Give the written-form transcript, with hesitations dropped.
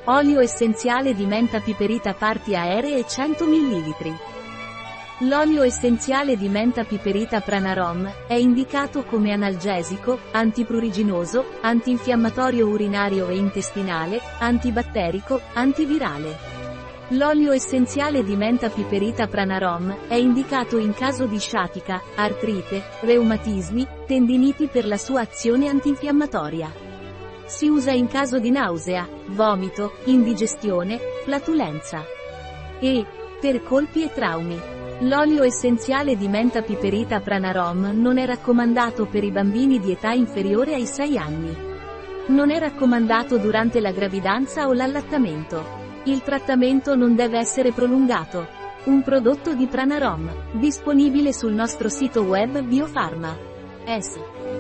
Olio essenziale di menta piperita parti aeree 100 ml. L'olio essenziale di menta piperita Pranarom è indicato come analgesico, antipruriginoso, antinfiammatorio urinario e intestinale, antibatterico, antivirale. L'olio essenziale di menta piperita Pranarom è indicato in caso di sciatica, artrite, reumatismi, tendiniti per la sua azione antinfiammatoria. Si usa in caso di nausea, vomito, indigestione, flatulenza. E per colpi e traumi. L'olio essenziale di menta piperita Pranarom non è raccomandato per i bambini di età inferiore ai 6 anni. Non è raccomandato durante la gravidanza o l'allattamento. Il trattamento non deve essere prolungato. Un prodotto di Pranarom, disponibile sul nostro sito web Biofarma. S.